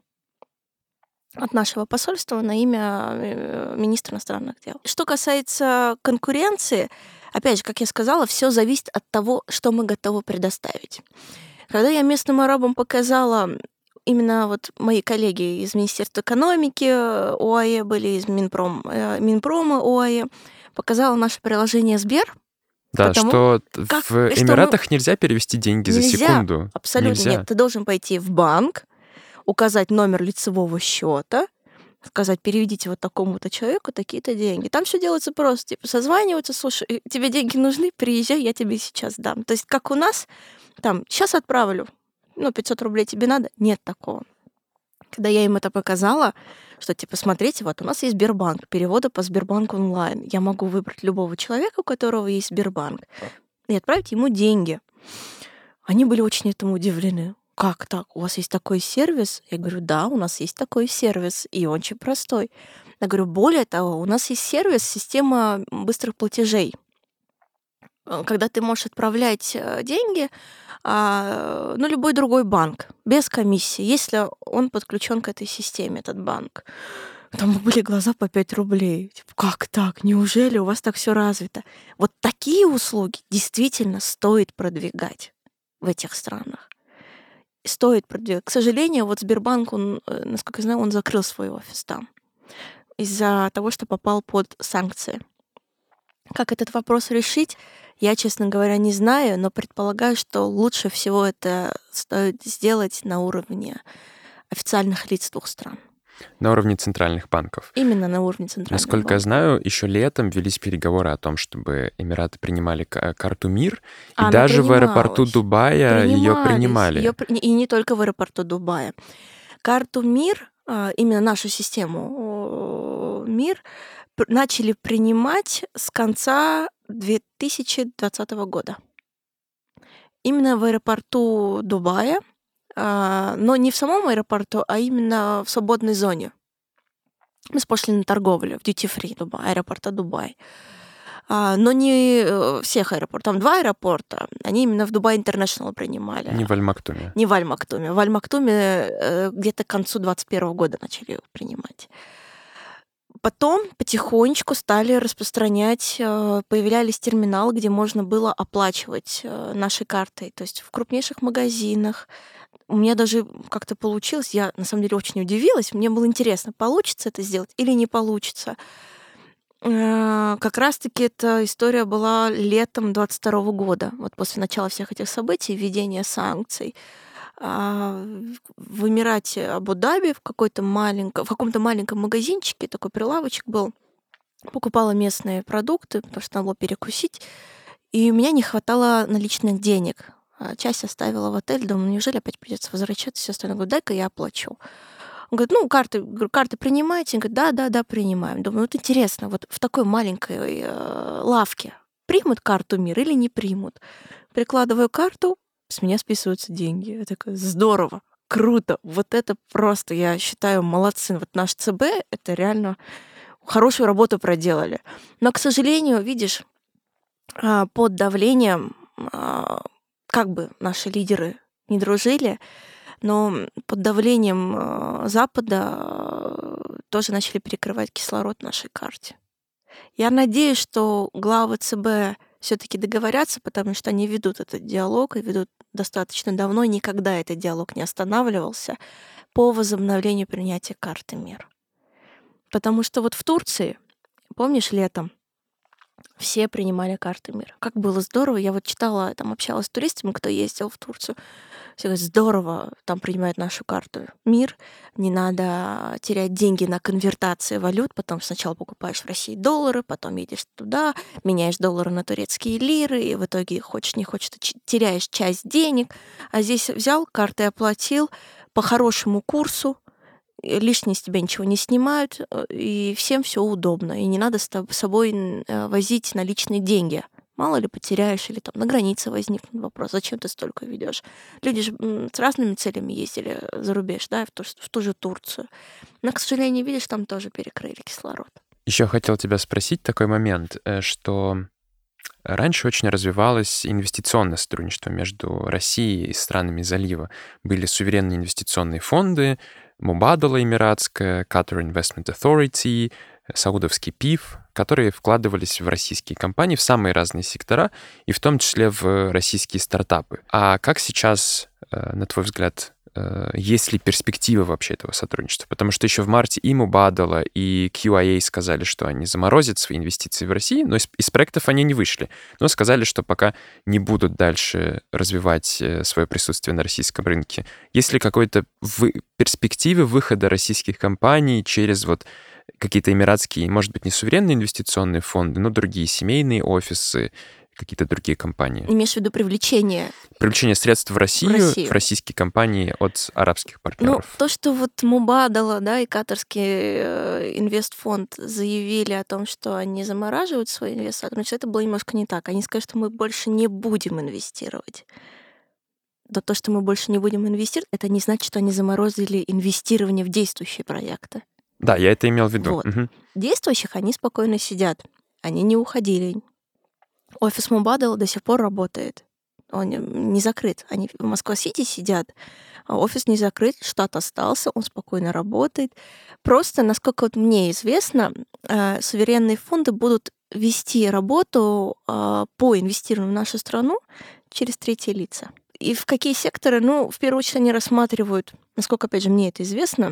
от нашего посольства на имя э, министра иностранных дел. Что касается конкуренции, опять же, как я сказала, все зависит от того, что мы готовы предоставить. Когда я местным арабам показала, именно вот мои коллеги из Министерства экономики ОАЭ были, из Минпром, э, Минпрома ОАЭ, показала наше приложение Сбер. Да, потому что как, в что мы... Эмиратах нельзя перевести деньги за Нельзя, секунду. абсолютно Нельзя. нет. Ты должен пойти в банк, указать номер лицевого счета, сказать, переведите вот такому-то человеку такие-то деньги. Там все делается просто. Типа созваниваются, слушай, тебе деньги нужны, приезжай, я тебе сейчас дам. То есть как у нас, там, сейчас отправлю, ну, пятьсот рублей тебе надо? Нет такого. Когда я им это показала, что, типа, смотрите, вот у нас есть Сбербанк, переводы по Сбербанку онлайн. Я могу выбрать любого человека, у которого есть Сбербанк, и отправить ему деньги. Они были очень этому удивлены. Как так? У вас есть такой сервис? Я говорю, да, у нас есть такой сервис, и он очень простой. Я говорю, более того, у нас есть сервис, система быстрых платежей. Когда ты можешь отправлять деньги а, ну, любой другой банк, без комиссии, если он подключен к этой системе, этот банк. Там были глаза по пять рублей. Типа, как так? Неужели у вас так все развито? Вот такие услуги действительно стоит продвигать в этих странах. Стоит продвигать. К сожалению, вот Сбербанк, он, насколько я знаю, он закрыл свой офис там из-за того, что попал под санкции. Как этот вопрос решить, я, честно говоря, не знаю, но предполагаю, что лучше всего это стоит сделать на уровне официальных лиц двух стран. На уровне центральных банков. Именно на уровне центральных Насколько банков. я знаю, еще летом велись переговоры о том, чтобы Эмираты принимали карту МИР, и Она даже в принималась. аэропорту Дубая ее Принимались. принимали. Её при- И не только в аэропорту Дубая. Карту МИР, а, именно нашу систему о, МИР, пр- начали принимать с конца две тысячи двадцатого года. Именно в аэропорту Дубая, а, но не в самом аэропорту, а именно в свободной зоне. Мы с пошлиной торговли в duty-free Дубай, аэропорта Дубай. А, но не э, всех аэропортов. Там два аэропорта, они именно в Дубай Интернешнл принимали. Не в Аль-Мактуме. Не в Аль-Мактуме. В Аль-Мактуме э, где-то к концу двадцать первого года начали принимать. Потом потихонечку стали распространять, э, появлялись терминалы, где можно было оплачивать э, нашей картой. То есть в крупнейших магазинах. У меня даже как-то получилось, я на самом деле очень удивилась, мне было интересно, получится это сделать или не получится. Э, Как раз-таки эта история была летом двадцать второго года, вот после начала всех этих событий, введения санкций. А, В Эмирате Абу-Даби в какой-то маленьком, в каком-то маленьком магазинчике такой прилавочек был, покупала местные продукты, потому что надо было перекусить, и у меня не хватало наличных денег. А, Часть оставила в отель, думаю, неужели опять придется возвращаться, все остальное. Говорю, дай-ка я оплачу. Он говорит, ну, карты, говорю, карты принимаете? Он говорит, да, да, да, принимаем. Думаю, вот интересно, вот в такой маленькой э, лавке примут карту МИР или не примут? Прикладываю карту, с меня списываются деньги. Я такая, здорово, круто, вот это просто, я считаю, молодцы. Вот наш ЦБ, это реально хорошую работу проделали. Но, к сожалению, видишь, а, под давлением, а, как бы наши лидеры не дружили, но под давлением а, Запада а, тоже начали перекрывать кислород нашей карте. Я надеюсь, что главы ЦБ все-таки договорятся, потому что они ведут этот диалог и ведут достаточно давно, и никогда этот диалог не останавливался по возобновлению принятия карты МИР. Потому что вот в Турции, помнишь, летом все принимали карты МИР. Как было здорово. Я вот читала, там общалась с туристами, кто ездил в Турцию. Все говорят, здорово, там принимают нашу карту МИР. Не надо терять деньги на конвертации валют. Потом сначала покупаешь в России доллары, потом едешь туда, меняешь доллары на турецкие лиры, и в итоге, хочешь не хочешь, ты теряешь часть денег. А здесь взял, картой оплатил по хорошему курсу, лишнее с тебя ничего не снимают, и всем все удобно. И не надо с собой возить наличные деньги. Мало ли потеряешь, или там на границе возникнет вопрос, зачем ты столько ведешь. Люди же с разными целями ездили за рубеж, да, в ту, в ту же Турцию. Но, к сожалению, видишь, там тоже перекрыли кислород. Еще хотел тебя спросить такой момент, что раньше очень развивалось инвестиционное сотрудничество между Россией и странами залива. Были суверенные инвестиционные фонды, Мубадала эмиратская, Qatar Investment Authority, саудовский ПИФ, которые вкладывались в российские компании в самые разные сектора, и в том числе в российские стартапы. А как сейчас, на твой взгляд, э, есть ли перспектива вообще этого сотрудничества? Потому что еще в марте и Mubadala, и кью ай эй сказали, что они заморозят свои инвестиции в Россию, но из, из проектов они не вышли. Но сказали, что пока не будут дальше развивать э, свое присутствие на российском рынке. Есть ли какой-то вы, перспективы выхода российских компаний через вот какие-то эмиратские, может быть, не суверенные инвестиционные фонды, но другие семейные офисы, какие-то другие компании? Имеешь в виду привлечение? Привлечение средств в Россию, в Россию, в российские компании от арабских Ну, партнеров. то, что вот Mubadala, да, и катарский э, инвестфонд заявили о том, что они замораживают свои инвестиции, это было немножко не так. Они сказали, что мы больше не будем инвестировать. Но то, что мы больше не будем инвестировать, это не значит, что они заморозили инвестирование в действующие проекты. Да, я это имел в виду. Вот. Мгм. Действующих они спокойно сидят. Они не уходили. Офис Mubadala до сих пор работает. Он не закрыт. Они в Москва-Сити сидят, а офис не закрыт, штат остался, он спокойно работает. Просто, насколько вот мне известно, э, суверенные фонды будут вести работу э, по инвестированию в нашу страну через третьи лица. И в какие секторы? Ну, в первую очередь они рассматривают, насколько, опять же, мне это известно,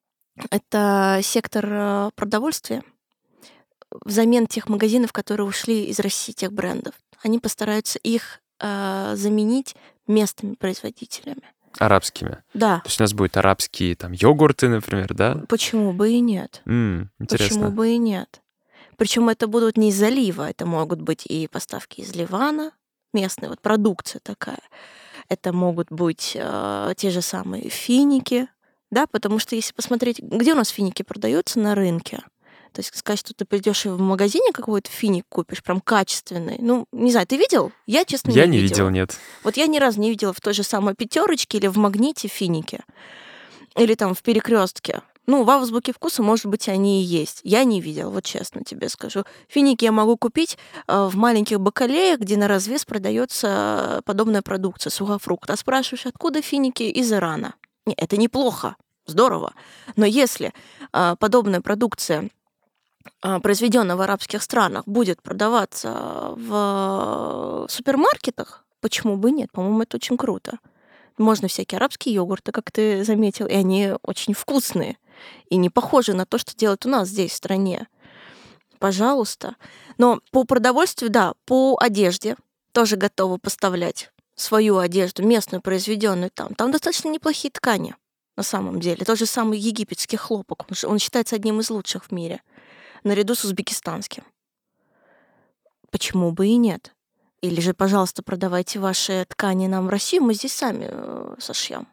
это сектор э, продовольствия, взамен тех магазинов, которые ушли из России, тех брендов. Они постараются их э, заменить местными производителями. Арабскими. Да. То есть у нас будут арабские там йогурты, например, да? Почему бы и нет? М, интересно. Почему бы и нет? Причем это будут не из залива, это могут быть и поставки из Ливана, местная вот продукция такая. Это могут быть э, те же самые финики, да, потому что если посмотреть, где у нас финики продаются на рынке, то есть сказать, что ты придешь и в магазине какой-то финик купишь, прям качественный. Ну, не знаю, ты видел? Я, честно, Я не не видела. видел, нет. Вот я ни разу не видела в той же самой пятерочке или в магните финики. Или там в перекрестке. Ну, в азбуке вкуса, может быть, они и есть. Я не видела, вот честно тебе скажу. Финики я могу купить э, в маленьких бакалеях, где на развес продается подобная продукция, сухофрукт. А спрашиваешь, откуда финики? Из Ирана. Не, это неплохо, здорово. Но если э, подобная продукция, э, произведенная в арабских странах, будет продаваться в супермаркетах, почему бы нет? По-моему, это очень круто. Можно всякие арабские йогурты, как ты заметил, и они очень вкусные и не похожи на то, что делают у нас здесь, в стране. Пожалуйста. Но по продовольствию, да, по одежде тоже готовы поставлять свою одежду, местную, произведенную там. Там достаточно неплохие ткани, на самом деле. Тот же самый египетский хлопок, он считается одним из лучших в мире, наряду с узбекистанским. Почему бы и нет? Или же, пожалуйста, продавайте ваши ткани нам в Россию, мы здесь сами э, сошьем.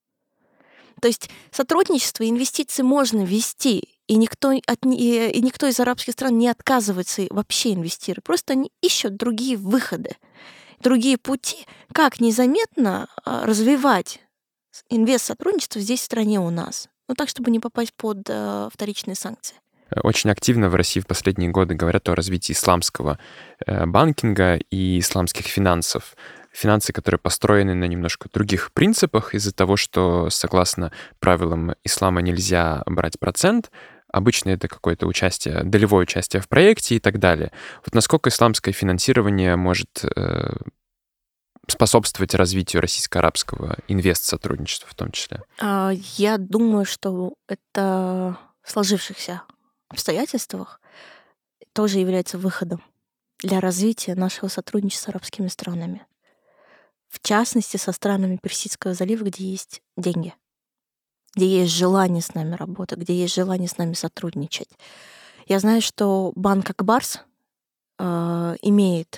То есть сотрудничество и инвестиции можно вести, и никто, от, и никто из арабских стран не отказывается вообще инвестировать. Просто они ищут другие выходы, другие пути, как незаметно развивать инвест-сотрудничество здесь, в стране у нас. Ну так, чтобы не попасть под э, вторичные санкции. Очень активно в России в последние годы говорят о развитии исламского банкинга и исламских финансов. Финансы, которые построены на немножко других принципах из-за того, что, согласно правилам ислама, нельзя брать процент. Обычно это какое-то участие, долевое участие в проекте и так далее. Вот насколько исламское финансирование может э, способствовать развитию российско-арабского инвест-сотрудничества в том числе? Я думаю, что это в сложившихся обстоятельствах тоже является выходом для развития нашего сотрудничества с арабскими странами. В частности, со странами Персидского залива, где есть деньги, где есть желание с нами работать, где есть желание с нами сотрудничать. Я знаю, что банк Акбарс э, имеет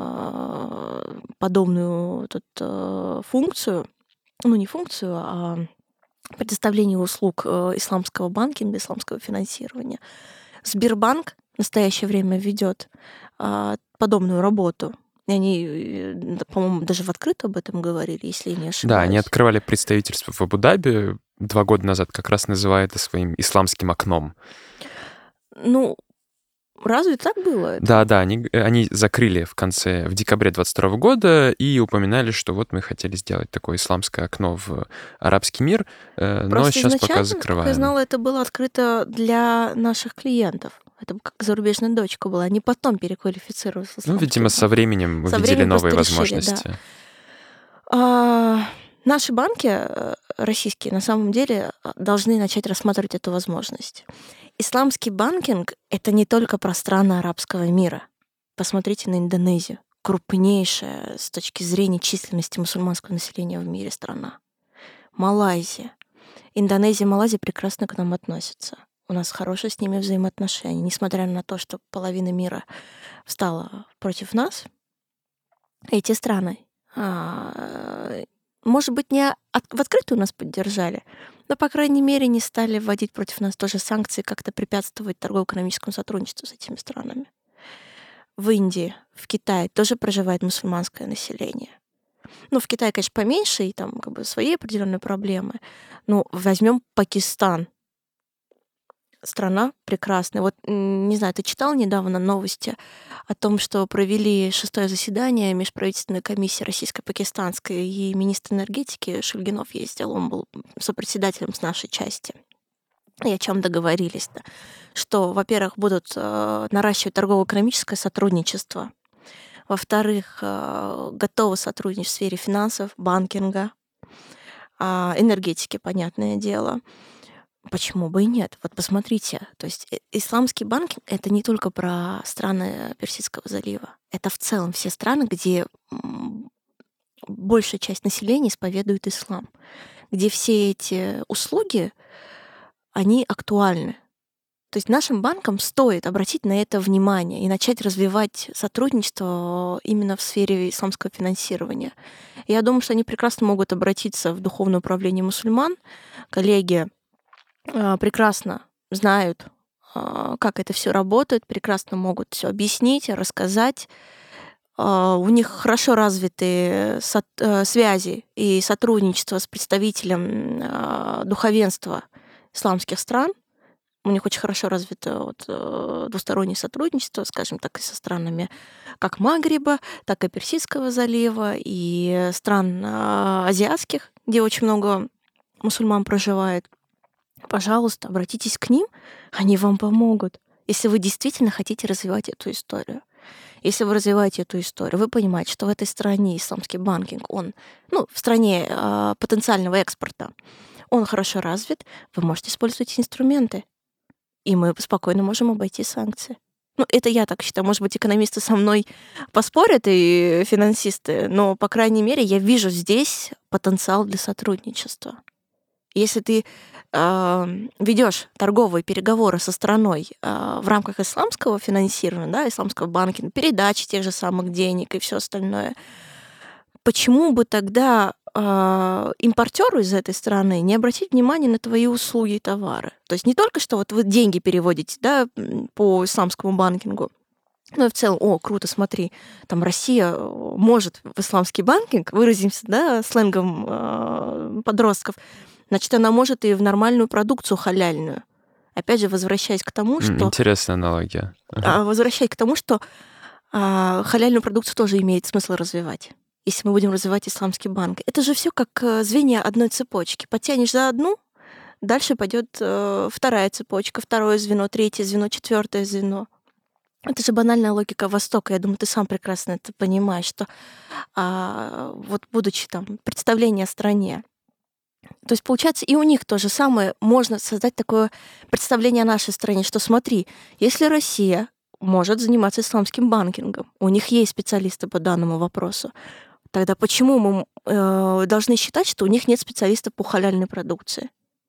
э, подобную тут, э, функцию, ну не функцию, а предоставление услуг э, исламского банкинга, исламского финансирования. Сбербанк в настоящее время ведет э, подобную работу. И они, по-моему, даже в открытую об этом говорили, если я не ошибаюсь. Да, они открывали представительство в Абу-Даби два года назад, как раз называя это своим исламским окном. Ну, разве так было? Да, да, они, они закрыли в конце, в декабре двадцать второго года и упоминали, что вот мы хотели сделать такое исламское окно в арабский мир, но Просто сейчас пока изначально, закрываем. как я знала, это было открыто для наших клиентов. Это как зарубежная дочка была. Они потом переквалифицировались в Ну, исламский видимо, банк. со временем Со увидели временем новые просто решили, возможности. да. А, Наши банки российские на самом деле должны начать рассматривать эту возможность. Исламский банкинг — это не только про страны арабского мира. Посмотрите на Индонезию. Крупнейшая с точки зрения численности мусульманского населения в мире страна. Малайзия. Индонезия и Малайзия прекрасно к нам относятся. У нас хорошие с ними взаимоотношения. Несмотря на то, что половина мира встала против нас, эти страны, может быть, не в открытую нас поддержали, но, по крайней мере, не стали вводить против нас тоже санкции, как-то препятствовать торгово-экономическому сотрудничеству с этими странами. В Индии, в Китае тоже проживает мусульманское население. Ну, в Китае, конечно, поменьше, и там как бы свои определенные проблемы. Но возьмем Пакистан. Страна прекрасная. Вот, не знаю, ты читал недавно новости о том, что провели шестое заседание межправительственной комиссии российско-пакистанской, и министр энергетики Шульгинов ездил, он был сопредседателем с нашей части. И о чем договорились-то? Что, во-первых, будут э, наращивать торгово-экономическое сотрудничество, во-вторых, э, готовы сотрудничать в сфере финансов, банкинга, э, энергетики, понятное дело. Почему бы и нет? Вот посмотрите, то есть исламский банкинг — это не только про страны Персидского залива, это в целом все страны, где большая часть населения исповедует ислам, где все эти услуги, они актуальны. То есть нашим банкам стоит обратить на это внимание и начать развивать сотрудничество именно в сфере исламского финансирования. Я думаю, что они прекрасно могут обратиться в Духовное управление мусульман. Коллеги прекрасно знают, как это все работает, прекрасно могут все объяснить, рассказать. У них хорошо развиты связи и сотрудничество с представителем духовенства исламских стран. У них очень хорошо развито вот, двустороннее сотрудничество, скажем так, и со странами как Магриба, так и Персидского залива, и стран азиатских, где очень много мусульман проживает. Пожалуйста, обратитесь к ним, они вам помогут, если вы действительно хотите развивать эту историю. Если вы развиваете эту историю, вы понимаете, что в этой стране исламский банкинг, он, ну, в стране э, потенциального экспорта, он хорошо развит, вы можете использовать эти инструменты, и мы спокойно можем обойти санкции. Ну, это я так считаю. Может быть, экономисты со мной поспорят и финансисты, но, по крайней мере, я вижу здесь потенциал для сотрудничества. Если ты э, ведешь торговые переговоры со страной э, в рамках исламского финансирования, да, исламского банкинга, передачи тех же самых денег и все остальное, почему бы тогда э, импортеру из этой страны не обратить внимание на твои услуги и товары? То есть не только что вот вы деньги переводите, да, по исламскому банкингу, ну и в целом, о, круто, смотри, там Россия может в исламский банкинг, выразимся, да, сленгом э, подростков, значит, она может и в нормальную продукцию халяльную. Опять же, возвращаясь к тому, что... Интересная аналогия. Ага. Возвращаясь к тому, что а, халяльную продукцию тоже имеет смысл развивать, если мы будем развивать исламский банк. Это же все как звенья одной цепочки. Подтянешь за одну, дальше пойдет э, вторая цепочка, второе звено, третье звено, четвертое звено. Это же банальная логика Востока. Я думаю, ты сам прекрасно это понимаешь, что а, вот будучи там представление о стране, то есть, получается, и у них то же самое. Можно создать такое представление о нашей стране, что смотри, если Россия может заниматься исламским банкингом, у них есть специалисты по данному вопросу, тогда почему мы э, должны считать, что у них нет специалистов по халяльной продукции?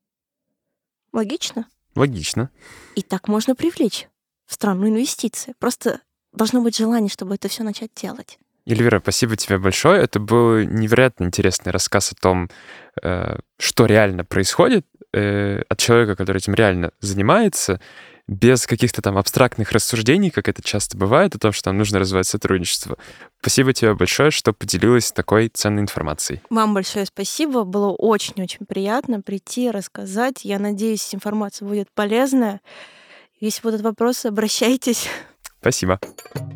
Логично? Логично. И так можно привлечь в страну инвестиции. Просто должно быть желание, чтобы это все начать делать. Эльвира, спасибо тебе большое. Это был невероятно интересный рассказ о том, что реально происходит от человека, который этим реально занимается, без каких-то там абстрактных рассуждений, как это часто бывает, о том, что нам нужно развивать сотрудничество. Спасибо тебе большое, что поделилась такой ценной информацией. Вам большое спасибо. Было очень-очень приятно прийти, рассказать. Я надеюсь, информация будет полезная. Если будут вопросы, обращайтесь. Спасибо.